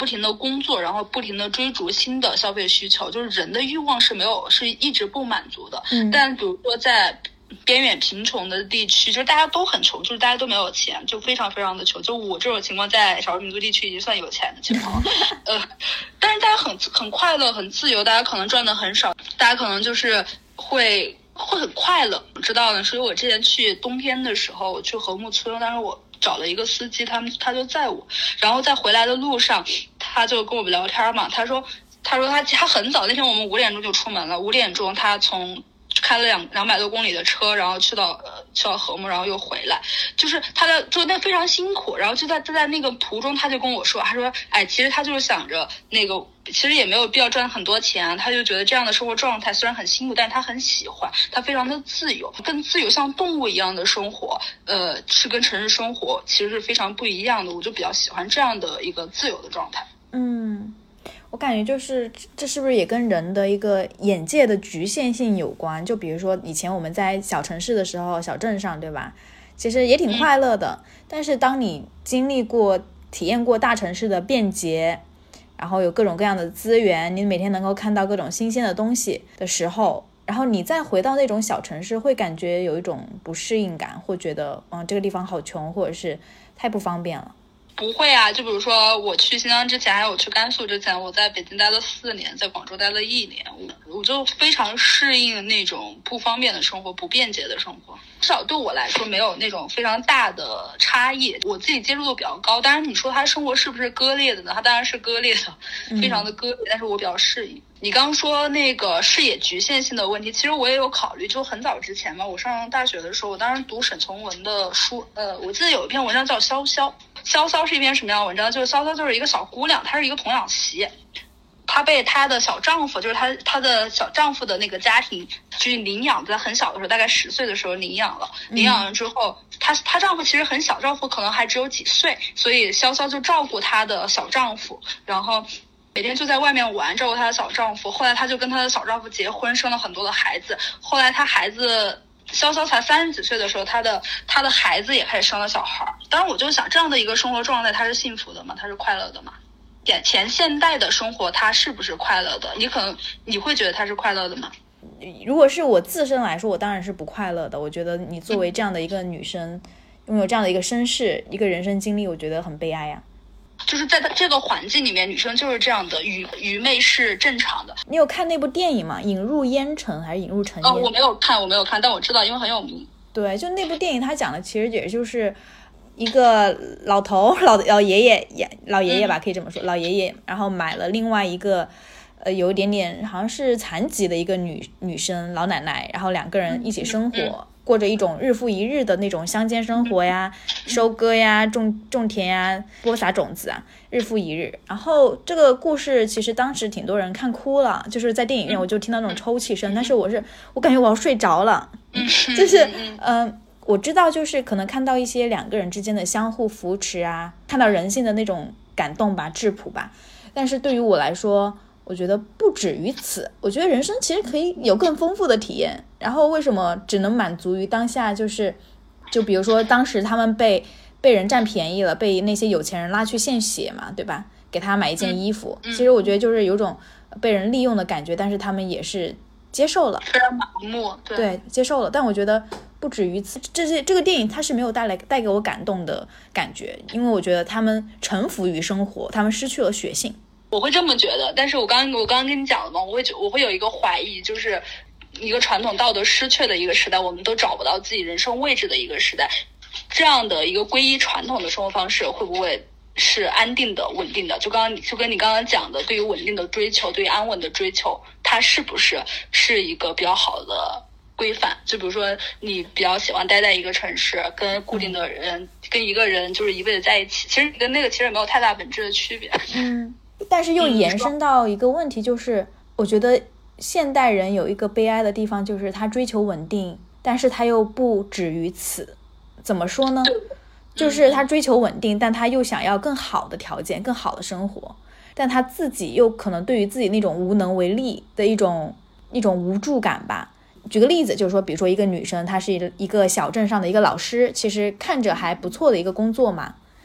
不停的工作，然后不停的追逐新的消费需求，就是人的欲望是没有是一直不满足的。 嗯， 但比如说在边远贫穷的地区，就是大家都很穷，就是大家都没有钱，就非常非常的穷。就我这种情况，在少数民族地区已经算有钱的情况。呃，但是大家很很快乐，很自由，大家可能赚的很少，大家可能就是会会很快乐。我知道呢，所以我之前去冬天的时候，我去禾木村，但是我找了一个司机，他们他就载我，然后在回来的路上，他就跟我们聊天嘛，他说他说他他很早，那天我们五点钟就出门了，五点钟他从开了两两百多公里的车，然后去到呃去到禾木，然后又回来，就是他的就那非常辛苦。然后就在就在那个途中，他就跟我说，他说，哎，其实他就是想着那个，其实也没有必要赚很多钱，他就觉得这样的生活状态虽然很辛苦，但是他很喜欢，他非常的自由，更自由，像动物一样的生活，呃，是跟城市生活其实是非常不一样的。我就比较喜欢这样的一个自由的状态。 嗯。我感觉就是这是不是也跟人的一个眼界的局限性有关？就比如说以前我们在小城市的时候，小镇上，对吧？其实也挺快乐的。嗯、但是当你经历过、体验过大城市的便捷，然后有各种各样的资源，你每天能够看到各种新鲜的东西的时候，然后你再回到那种小城市，会感觉有一种不适应感，会觉得嗯这个地方好穷，或者是太不方便了。 不会啊，就比如说我去新疆之前，还有我去甘肃之前，我在北京待了四年，在广州待了一年，我我就非常适应那种不方便的生活，不便捷的生活。至少对我来说，没有那种非常大的差异。我自己接受度比较高，当然你说他生活是不是割裂的呢？他当然是割裂的，非常的割裂，但是我比较适应。你刚说那个视野局限性的问题，其实我也有考虑。就很早之前嘛，我上大学的时候，我当时读沈从文的书，呃，我记得有一篇文章叫《潇潇》。潇潇是一篇什么样的文章？就是潇潇就是一个小姑娘，她是一个童养媳，她被她的小丈夫，就是她她的小丈夫的那个家庭去领养，在很小的时候，大概十岁的时候领养了。领养了之后，她她丈夫其实很小，丈夫可能还只有几岁，所以潇潇就照顾她的小丈夫，然后每天就在外面玩，照顾她的小丈夫。后来她就跟她的小丈夫结婚，生了很多的孩子。后来她孩子。潇潇才三十几岁的时候，他的他的孩子也开始生了小孩。当然，我就想这样的一个生活状态，他是幸福的吗？他是快乐的吗？前前现代的生活，他是不是快乐的？你可能你会觉得他是快乐的吗？ 如果是我自身来说，我当然是不快乐的。我觉得你作为这样的一个女生，嗯、拥有这样的一个身世、一个人生经历，我觉得很悲哀呀、啊。 就是在这个环境里面，女生就是这样的，愚愚昧是正常的。 你有看那部电影吗？引入烟尘还是引入尘烟？ 哦，我没有看，我没有看，但我知道，因为很有名。 对，就那部电影，它讲的其实也就是一个老头、老老爷爷、老爷爷吧，可以这么说，嗯、老爷爷，然后买了另外一个，呃，有一点点好像是残疾的一个女女生老奶奶，然后两个人一起生活。嗯嗯过着一种日复一日的那种乡间生活呀，收割呀，种种田呀，播撒种子啊，日复一日。然后这个故事其实当时挺多人看哭了，就是在电影院我就听到那种抽泣声，但是我是我感觉我要睡着了，就是嗯、呃，我知道就是可能看到一些两个人之间的相互扶持啊，看到人性的那种感动吧，质朴吧。但是对于我来说，我觉得不止于此，我觉得人生其实可以有更丰富的体验。然后为什么只能满足于当下？就是就比如说当时他们被被人占便宜了，被那些有钱人拉去献血嘛，对吧？给他买一件衣服、嗯嗯、其实我觉得就是有种被人利用的感觉，但是他们也是接受了， 非常盲目， 对, 对接受了。但我觉得不止于此，这些这个电影它是没有带来带给我感动的感觉，因为我觉得他们臣服于生活，他们失去了血性。 我会这么觉得，但是我刚我刚刚跟你讲了嘛，我会我会有一个怀疑，就是一个传统道德失去的一个时代，我们都找不到自己人生位置的一个时代，这样的一个皈依传统的生活方式会不会是安定的、稳定的？就刚刚就跟你刚刚讲的，对于稳定的追求，对于安稳的追求，它是不是是一个比较好的规范？就比如说你比较喜欢待在一个城市，跟固定的人、嗯、跟一个人就是一辈子在一起，其实跟那个其实没有太大本质的区别。 嗯。但是又延伸到一个问题，就是我觉得现代人有一个悲哀的地方，就是他追求稳定，但是他又不止于此。怎么说呢？就是他追求稳定，但他又想要更好的条件，更好的生活，但他自己又可能对于自己那种无能为力的一种一种无助感吧。举个例子，就是说比如说一个女生，她是一个小镇上的一个老师，其实看着还不错的一个工作嘛，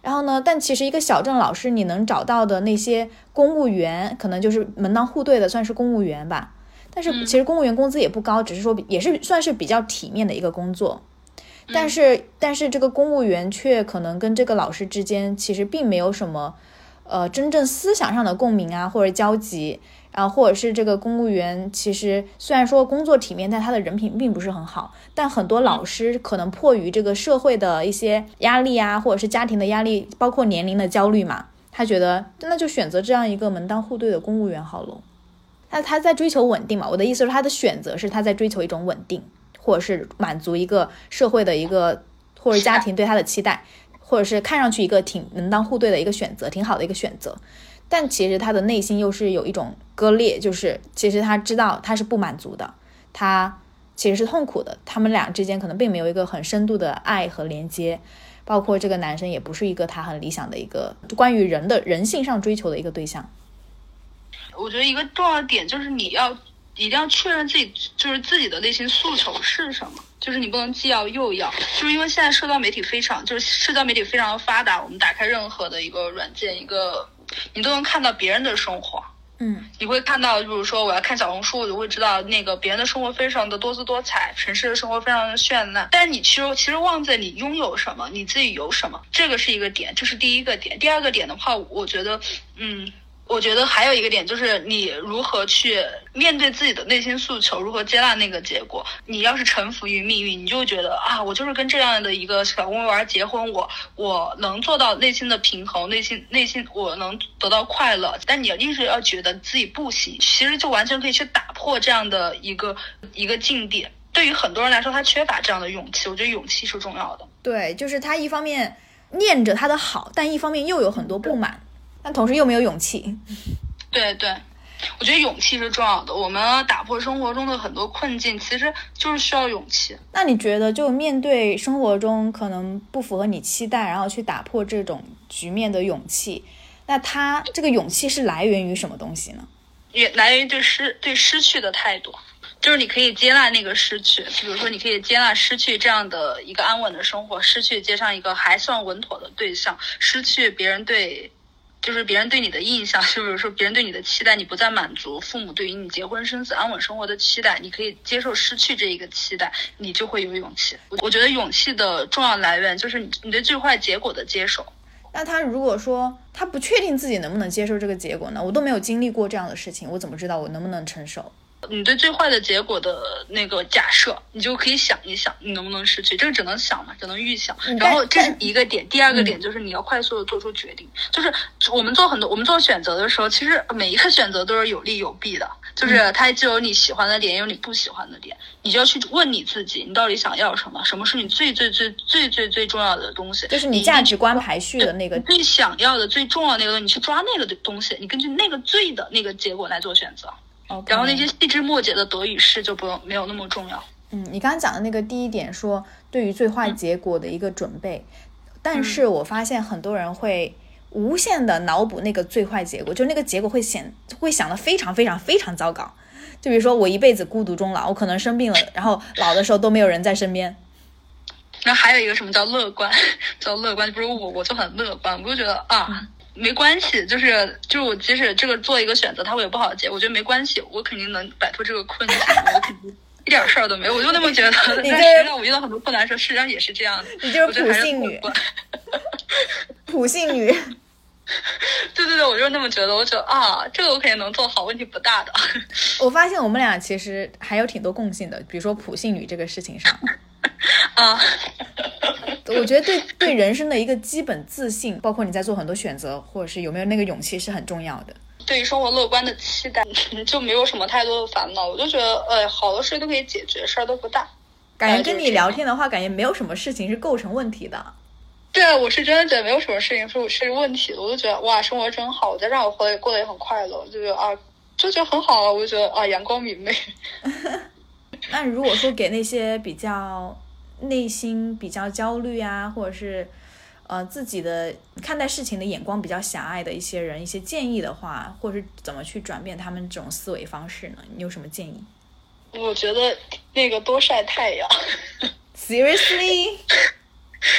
然后呢，但其实一个小镇老师你能找到的那些公务员，可能就是门当户对的，算是公务员吧。但是其实公务员工资也不高，只是说也是算是比较体面的一个工作。但是但是这个公务员却可能跟这个老师之间其实并没有什么呃真正思想上的共鸣啊，或者交集。然后或者是这个公务员其实虽然说工作体面，但他的人品并不是很好。但很多老师可能迫于这个社会的一些压力啊，或者是家庭的压力，包括年龄的焦虑嘛，他觉得那就选择这样一个门当户对的公务员好了。那他在追求稳定嘛，我的意思是他的选择是他在追求一种稳定，或者是满足一个社会的一个或者家庭对他的期待，或者是看上去一个挺门当户对的一个选择，挺好的一个选择。但其实他的内心又是有一种割裂，就是其实他知道他是不满足的，他其实是痛苦的，他们俩之间可能并没有一个很深度的爱和连接，包括这个男生也不是一个他很理想的一个关于人的人性上追求的一个对象。 我觉得一个重要的点就是你要一定要确认自己就是自己的内心诉求是什么，就是你不能既要又要，就是因为现在社交媒体非常就是社交媒体非常的发达，我们打开任何的一个软件，一个你都能看到别人的生活。 嗯， 你会看到，比如说我要看小红书，我就会知道那个别人的生活非常的多姿多彩，城市的生活非常的绚烂。但是你其实其实忘记了你拥有什么，你自己有什么，这个是一个点，这是第一个点。第二个点的话，我觉得，嗯。我觉得还有一个点就是你如何去面对自己的内心诉求，如何接纳那个结果。你要是臣服于命运，你就觉得啊，我就是跟这样的一个小公务员结婚，我我能做到内心的平衡，内心内心我能得到快乐。但你一直要觉得自己不行，其实就完全可以去打破这样的一个一个境地。对于很多人来说，他缺乏这样的勇气，我觉得勇气是重要的。 对，就是他一方面念着他的好，但一方面又有很多不满，但同时又没有勇气。 对对，我觉得勇气是重要的。我们打破生活中的很多困境，其实就是需要勇气。 那你觉得，就面对生活中可能不符合你期待，然后去打破这种局面的勇气，那他这个勇气是来源于什么东西呢？ 也来源于对失对失去的态度。就是你可以接纳那个失去，比如说你可以接纳失去这样的一个安稳的生活，失去接上一个还算稳妥的对象，失去别人对就是别人对你的印象，就比如说别人对你的期待你不再满足，父母对于你结婚生子安稳生活的期待，你可以接受失去这一个期待，你就会有勇气。我觉得勇气的重要来源就是你对最坏结果的接受。 那他如果说他不确定自己能不能接受这个结果呢？我都没有经历过这样的事情，我怎么知道我能不能承受？ 你对最坏的结果的那个假设，你就可以想一想你能不能失去，这个只能想嘛，只能预想。然后这是一个点，第二个点就是你要快速的做出决定。就是我们做很多我们做选择的时候，其实每一个选择都是有利有弊的，就是它就有你喜欢的点，也有你不喜欢的点，你就要去问你自己，你到底想要什么，什么是你最最最最最最重要的东西， 就是你价值观排序的那个最想要的最重要的那个，你去抓那个东西，你根据那个最的那个结果来做选择。 Okay. 然后那些细枝末节的得与失就不用没有那么重要。 嗯，你刚刚讲的那个第一点说对于最坏结果的一个准备、嗯、但是我发现很多人会无限的脑补那个最坏结果，就那个结果会显会想得非常非常非常糟糕。就比如说我一辈子孤独终老，我可能生病了，然后老的时候都没有人在身边。 然后还有一个什么叫乐观，叫乐观，不是我我就很乐观，我就觉得啊。嗯没关系，就是就是我即使这个做一个选择它会有不好的结果，我觉得没关系，我肯定能摆脱这个困境，我肯定一点事儿都没有，我就那么觉得。但实际上我遇到很多困难的时候，事实上也是这样的。 你就是普信女，普信女。 对对对，我就是那么觉得，我觉得啊，这个我肯定能做好，问题不大的。 我发现我们俩其实还有挺多共性的，比如说普信女这个事情上。 啊， 我觉得对对人生的一个基本自信，包括你在做很多选择，或者是有没有那个勇气是很重要的。 对于生活乐观的期待，就没有什么太多的烦恼。我就觉得，呃，好多事都可以解决，事儿都不大。 感觉跟你聊天的话，感觉没有什么事情是构成问题的。 对啊，我是真的觉得没有什么事情是是问题的。我就觉得哇，生活真好，再让我活得过得也很快乐，就觉得啊，就觉得很好啊。我就觉得啊，阳光明媚。 那如果说给那些比较内心比较焦虑啊，或者是呃自己的看待事情的眼光比较狭隘的一些人一些建议的话，或者是怎么去转变他们这种思维方式呢？你有什么建议？ 我觉得那个多晒太阳。 Seriously？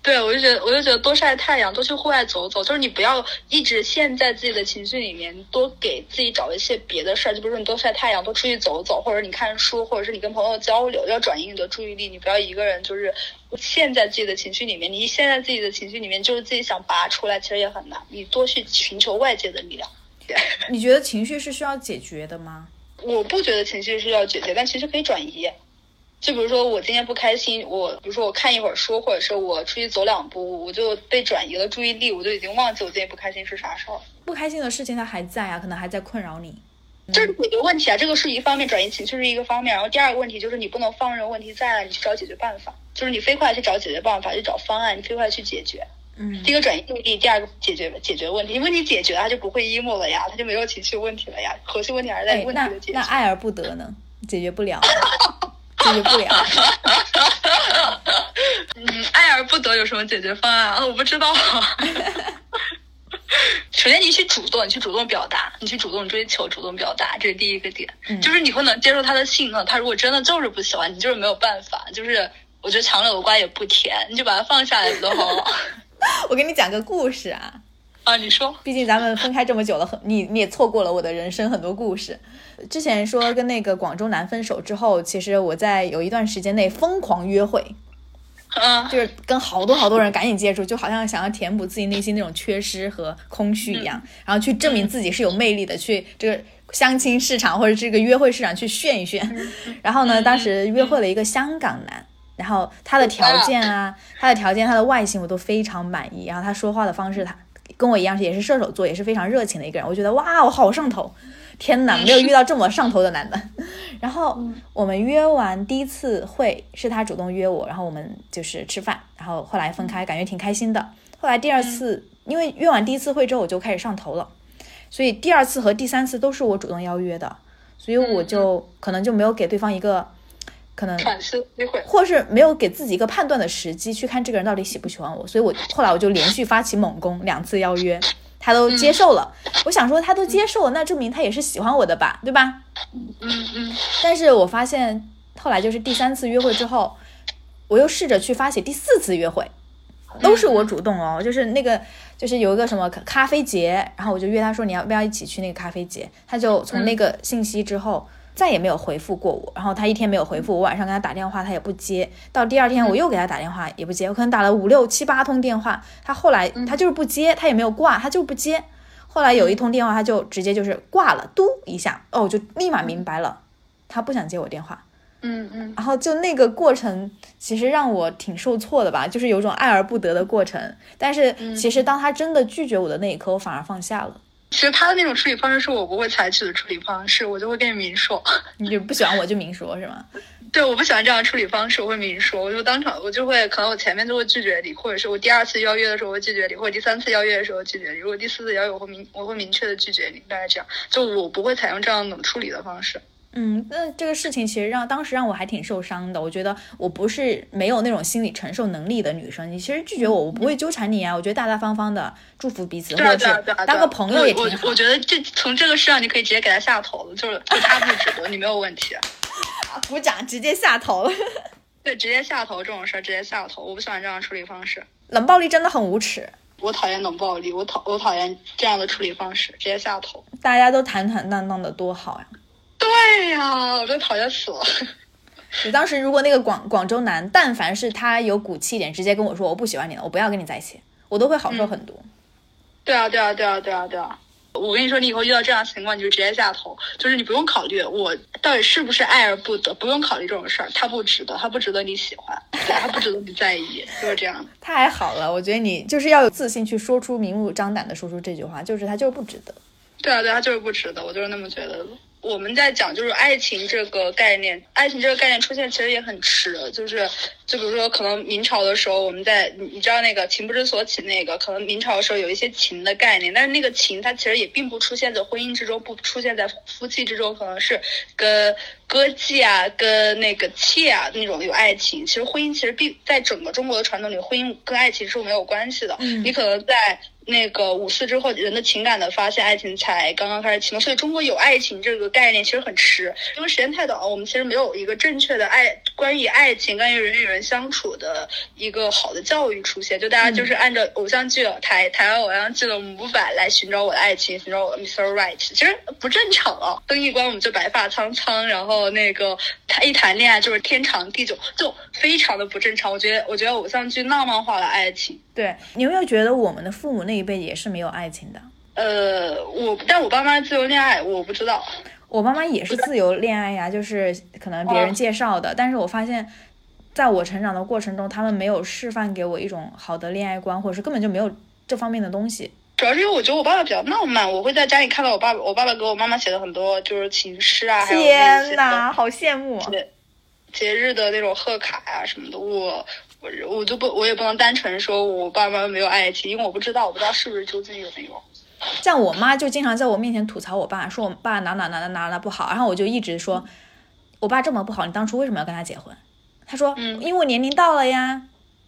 对，我就觉得，我就觉得多晒太阳，多去户外走走，就是你不要一直陷在自己的情绪里面，多给自己找一些别的事儿，就比如说你多晒太阳，多出去走走，或者你看书，或者是你跟朋友交流，要转移你的注意力，你不要一个人就是陷在自己的情绪里面，你一陷在自己的情绪里面，就是自己想拔出来，其实也很难，你多去寻求外界的力量。 你觉得情绪是需要解决的吗？ 我不觉得情绪是要解决，但其实可以转移。就比如说我今天不开心，我比如说我看一会儿书，或者是我出去走两步，我就被转移了注意力，我就已经忘记我今天不开心是啥事儿。 不开心的事情它还在啊，可能还在困扰你。 这是解决问题啊，这个是一方面，转移情绪是一个方面。然后第二个问题就是你不能放任问题在，你去找解决办法，就是你飞快去找解决办法，去找方案，你飞快去解决。 嗯， 第一个转移注意力，第二个解决解决问题。因为你解决它就不会 emo 了呀，它就没有情绪问题了呀，核心问题还是在问题的解决。 哎、那, 那爱而不得呢？解决不了。解决不了。 嗯，爱而不得有什么解决方案啊？我不知道。首先你去主动，你去主动表达，你去主动追求，主动表达，这是第一个点。嗯、就是你不能接受他的性呢，他如果真的就是不喜欢你，就是没有办法。就是我觉得强扭的瓜也不甜，你就把它放下来不就好了？ 我给你讲个故事啊。 啊，你说。 毕竟咱们分开这么久了，你你也错过了我的人生很多故事。之前说跟那个广州男分手之后，其实我在有一段时间内疯狂约会， 嗯， 就是跟好多好多人赶紧接触，就好像想要填补自己内心那种缺失和空虚一样，嗯、然后去证明自己是有魅力的，嗯、去这个相亲市场或者这个约会市场去炫一炫。嗯、然后呢，嗯、当时约会了一个香港男。然后他的条件啊，他的条件，他的外形我都非常满意。然后他说话的方式，他跟我一样也是射手座，也是非常热情的一个人。我觉得哇，我好上头，天哪，没有遇到这么上头的男的。然后我们约完第一次会是他主动约我，然后我们就是吃饭，然后后来分开，感觉挺开心的。后来第二次，因为约完第一次会之后我就开始上头了，所以第二次和第三次都是我主动邀约的，所以我就可能就没有给对方一个。可能反思机会， 或是没有给自己一个判断的时机，去看这个人到底喜不喜欢我，所以我后来我就连续发起猛攻，两次邀约，他都接受了。嗯、我想说他都接受了，那证明他也是喜欢我的吧，对吧？ 嗯嗯。 但是我发现后来就是第三次约会之后，我又试着去发起第四次约会，都是我主动哦，就是那个就是有一个什么咖啡节，然后我就约他说你要不要一起去那个咖啡节，他就从那个信息之后。再也没有回复过我，然后他一天没有回复我，晚上跟他打电话他也不接，到第二天我又给他打电话也不接，我可能打了五六七八通电话，他后来他就是不接，他也没有挂，他就不接。后来有一通电话他就直接就是挂了，嘟一下，哦，我就立马明白了，他不想接我电话。 嗯嗯。 然后就那个过程其实让我挺受挫的吧，就是有种爱而不得的过程，但是其实当他真的拒绝我的那一刻，我反而放下了。 其实他的那种处理方式是我不会采取的处理方式，我就会跟你明说。 你就不喜欢我就明说是吗？ 对，我不喜欢这样的处理方式，我会明说，我就当场我就会可能我前面就会拒绝你，或者是我第二次邀约的时候我会拒绝你，或者第三次邀约的时候拒绝你，如果第四次邀约我会明我会明确的拒绝你，大概这样，就我不会采用这样冷处理的方式。 嗯，那这个事情其实让当时让我还挺受伤的。我觉得我不是没有那种心理承受能力的女生，你其实拒绝我，我不会纠缠你啊。我觉得大大方方的祝福彼此， 或者是当个朋友也挺好。 我, 我, 我觉得这从这个事上你可以直接给他下头了，就是就他不值得，你没有问题。 鼓掌，直接下头了。 对，直接下头这种事儿直接下头，我不喜欢这样的处理方式。 冷暴力真的很无耻。 我讨厌冷暴力，我讨我讨厌这样的处理方式，直接下头。 大家都坦坦荡荡的多好呀。 对呀，我真讨厌死了。 你当时如果那个广广州男，但凡是他有骨气一点，直接跟我说我不喜欢你了，我不要跟你在一起，我都会好受很多。 嗯、对啊，对啊，对啊，对啊，对啊。我跟你说，你以后遇到这样的情况，你就直接下头，就是你不用考虑我到底是不是爱而不得，不用考虑这种事儿，他不值得，他不值得你喜欢，他不值得你在意，就是这样。 太好了，我觉得你就是要有自信去说出明目张胆的说出这句话，就是他就是不值得。 对啊，对啊，他就是不值得，我就是那么觉得的。我们在讲就是爱情这个概念，爱情这个概念出现其实也很迟，就是就比如说可能明朝的时候，我们在你知道那个情不知所起那个，可能明朝的时候有一些情的概念，但是那个情它其实也并不出现在婚姻之中，不出现在夫妻之中，可能是跟歌妓啊跟那个妾啊那种有爱情。其实婚姻其实并在整个中国的传统里，婚姻跟爱情是没有关系的。嗯，你可能在那个五四之后，人的情感的发现，爱情才刚刚开始启动，所以中国有爱情这个概念其实很迟，因为时间太短了，我们其实没有一个正确的爱关于爱情、关于人与人人相处的一个好的教育出现，就大家就是按照偶像剧、嗯、台台湾偶像剧的模板来寻找我的爱情，寻找我的 mister Right， 其实不正常啊。灯一关我们就白发苍苍，然后那个他一谈恋爱就是天长地久，就非常的不正常。我觉得我觉得偶像剧浪漫化了爱情。 对，你有没有觉得我们的父母那一辈也是没有爱情的？ 呃，我但我爸妈自由恋爱，我不知道。 我妈妈也是自由恋爱呀，就是可能别人介绍的，但是我发现在我成长的过程中，他们没有示范给我一种好的恋爱观，或者是根本就没有这方面的东西。 主要是因为我觉得我爸爸比较浪漫，我会在家里看到我爸爸，我爸爸给我妈妈写的很多就是情诗啊，还有天哪，好羡慕！ 节日的那种贺卡啊什么的，我我我就不我也不能单纯说我爸妈没有爱情，因为我不知道，我不知道是不是究竟有没有。 像我妈就经常在我面前吐槽我爸，说我爸哪哪哪哪哪哪不好，然后我就一直说，我爸这么不好，你当初为什么要跟他结婚？他说，嗯，因为我年龄到了呀。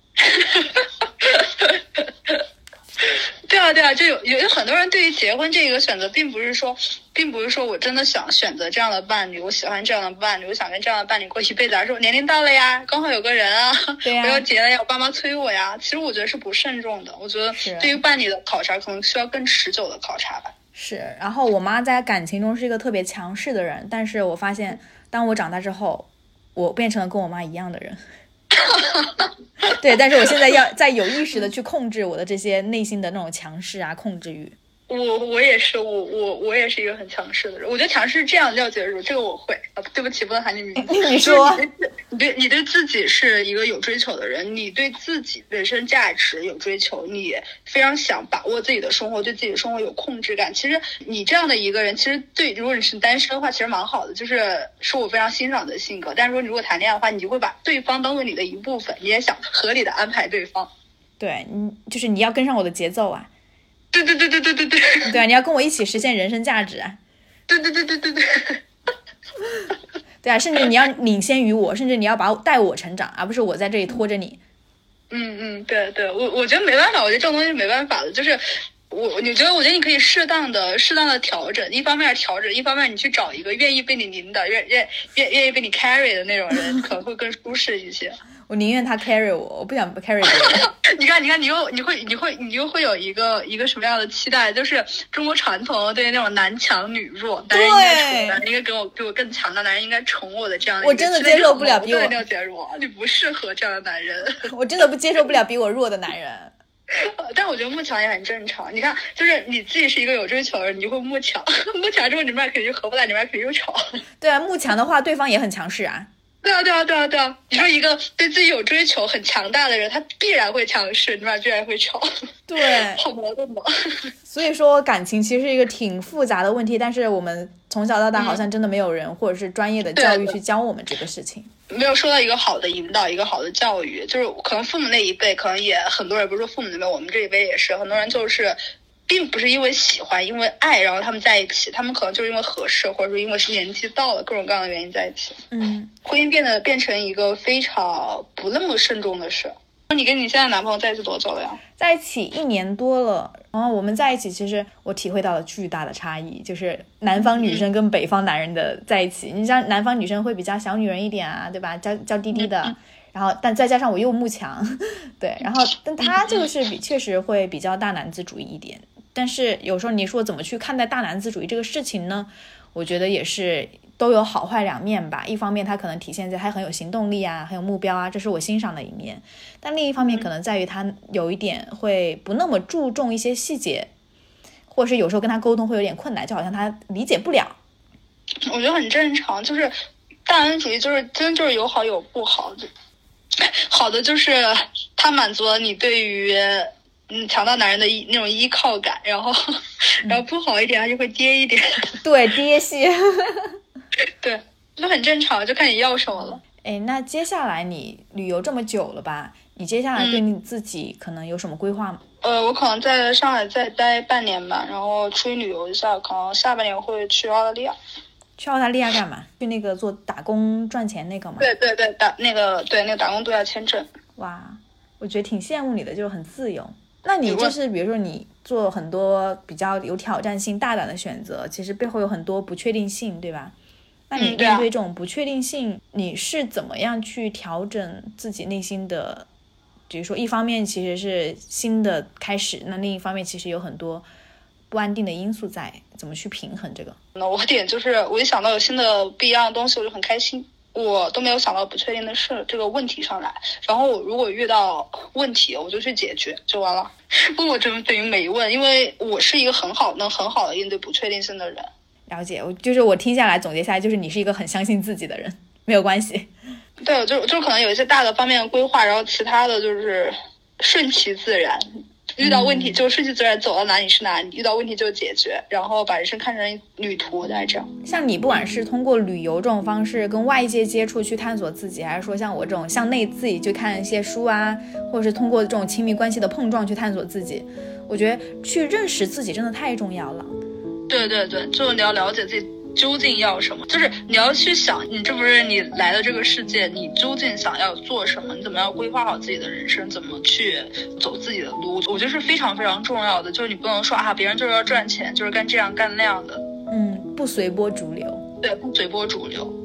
对啊对啊，就有有很多人对于结婚这个选择，并不是说，并不是说我真的想选择这样的伴侣，我喜欢这样的伴侣，我想跟这样的伴侣过一辈子，而是我年龄到了呀，刚好有个人啊， 对呀， 我要结了呀，我爸妈催我呀。其实我觉得是不慎重的，我觉得对于伴侣的考察可能需要更持久的考察吧。 是，然后我妈在感情中是一个特别强势的人，但是我发现当我长大之后，我变成了跟我妈一样的人。对，但是我现在要在有意识的去控制我的这些内心的那种强势啊，控制欲。 我我也是，我我我也是一个很强势的人。我觉得强势这样要结束，这个我会啊。对不起，不能喊你名字。 你说， 你对你对自己是一个有追求的人，你对自己人生价值有追求，你非常想把握自己的生活，对自己的生活有控制感。其实你这样的一个人，其实对，如果你是单身的话，其实蛮好的，就是是我非常欣赏的性格。但是说你如果谈恋爱的话，你就会把对方当做你的一部分，你也想合理的安排对方。 对，你就是你要跟上我的节奏啊。 对对对对对对对， 对啊，你要跟我一起实现人生价值啊！ 对对对对对对， 对啊，甚至你要领先于我，甚至你要把我带我成长，而不是我在这里拖着你。 嗯嗯，对对，我我觉得没办法，我觉得这种东西是没办法的，就是我你觉得，我觉得你可以适当的适当的调整，一方面调整，一方面你去找一个愿意被你领导、愿愿愿愿意被你 carry 的那种人，可能会更舒适一些。 我宁愿他 carry 我，我不想 carry 别人。 你看，你看，你又你会你会你又会有一个一个什么样的期待？就是中国传统对那种男强女弱，男人应该宠，男人应该给我比我更强的男人应该宠我的这样的一个， 我真的接受不了比我了解我，你不适合这样的男人。 我真的不接受不了比我弱的男人。 但我觉得慕强也很正常。你看，就是你自己是一个有追求的人，你就会慕强，慕强之后你们俩肯定就合不来，你们俩肯定就吵。 对啊，慕强的话，对方也很强势啊。 对啊，对啊，对啊，对啊！你说一个对自己有追求、很强大的人，他必然会强势，你们俩必然会吵。 对， 好矛盾吧？ 所以说，感情其实是一个挺复杂的问题，但是我们从小到大好像真的没有人、嗯、或者是专业的教育去教我们这个事情。 没有受到一个好的引导，一个好的教育，就是可能父母那一辈，可能也很多人，不是说父母那辈，我们这一辈也是，很多人就是并不是因为喜欢，因为爱，然后他们在一起，他们可能就是因为合适，或者说因为是年纪到了，各种各样的原因在一起。 嗯， 婚姻变得变成一个非常不那么慎重的事。你跟你现在男朋友在一起多久了呀？ 在一起一年多了，然后我们在一起，其实我体会到了巨大的差异，就是南方女生跟北方男人的在一起。嗯、你像南方女生会比较小女人一点啊，对吧？娇娇滴滴的，嗯、然后但再加上我又慕强，对，然后但他这个是比确实会比较大男子主义一点。但是有时候你说怎么去看待大男子主义这个事情呢？我觉得也是都有好坏两面吧。一方面他可能体现在他很有行动力啊，很有目标啊，这是我欣赏的一面。但另一方面可能在于他有一点会不那么注重一些细节，或是有时候跟他沟通会有点困难，就好像他理解不了。 我觉得很正常，就是大男子主义就是真就是有好有不好。好的就是他满足了你对于嗯，强大男人的依那种依靠感，然后，然后不好一点，他就会跌一点。 对，跌些。 对，就很正常，就看你要什么了。 哎，那接下来你旅游这么久了吧？你接下来对你自己可能有什么规划吗？ 嗯、呃，我可能在上海再待半年吧，然后出去旅游一下，可能下半年会去澳大利亚。 去澳大利亚干嘛？去那个做打工赚钱那个吗？ 对对对，打那个对那个打工度假签证。 哇，我觉得挺羡慕你的，就是很自由。那你就是比如说你做很多比较有挑战性大胆的选择，其实背后有很多不确定性，对吧？ 那你嗯对啊面对这种不确定性，你是怎么样去调整自己内心的，比如说一方面其实是新的开始，那另一方面其实有很多不安定的因素在，怎么去平衡这个？ 那我点就是我一想到有新的不一样的东西我就很开心，我都没有想到不确定的事这个问题上来，然后我如果遇到问题我就去解决就完了。我真等于没问，因为我是一个很好能很好的应对不确定性的人。 了解，我就是我听下来总结下来就是你是一个很相信自己的人，没有关系。 对，就就可能有一些大的方面的规划，然后其他的就是顺其自然，遇到问题就顺其自然走到哪里是哪里，遇到问题就解决，然后把人生看成旅途，大概这样。 像你不管是通过旅游这种方式跟外界接触去探索自己，还是说像我这种向内自己去看一些书啊，或者是通过这种亲密关系的碰撞去探索自己，我觉得去认识自己真的太重要了。 对对对，就是你要了解自己究竟要什么，就是你要去想，你这不是你来的这个世界，你究竟想要做什么，你怎么样规划好自己的人生，怎么去走自己的路，我觉得是非常非常重要的。就是你不能说啊，别人就是要赚钱，就是干这样干那样的， 嗯，不随波逐流。 对，不随波逐流。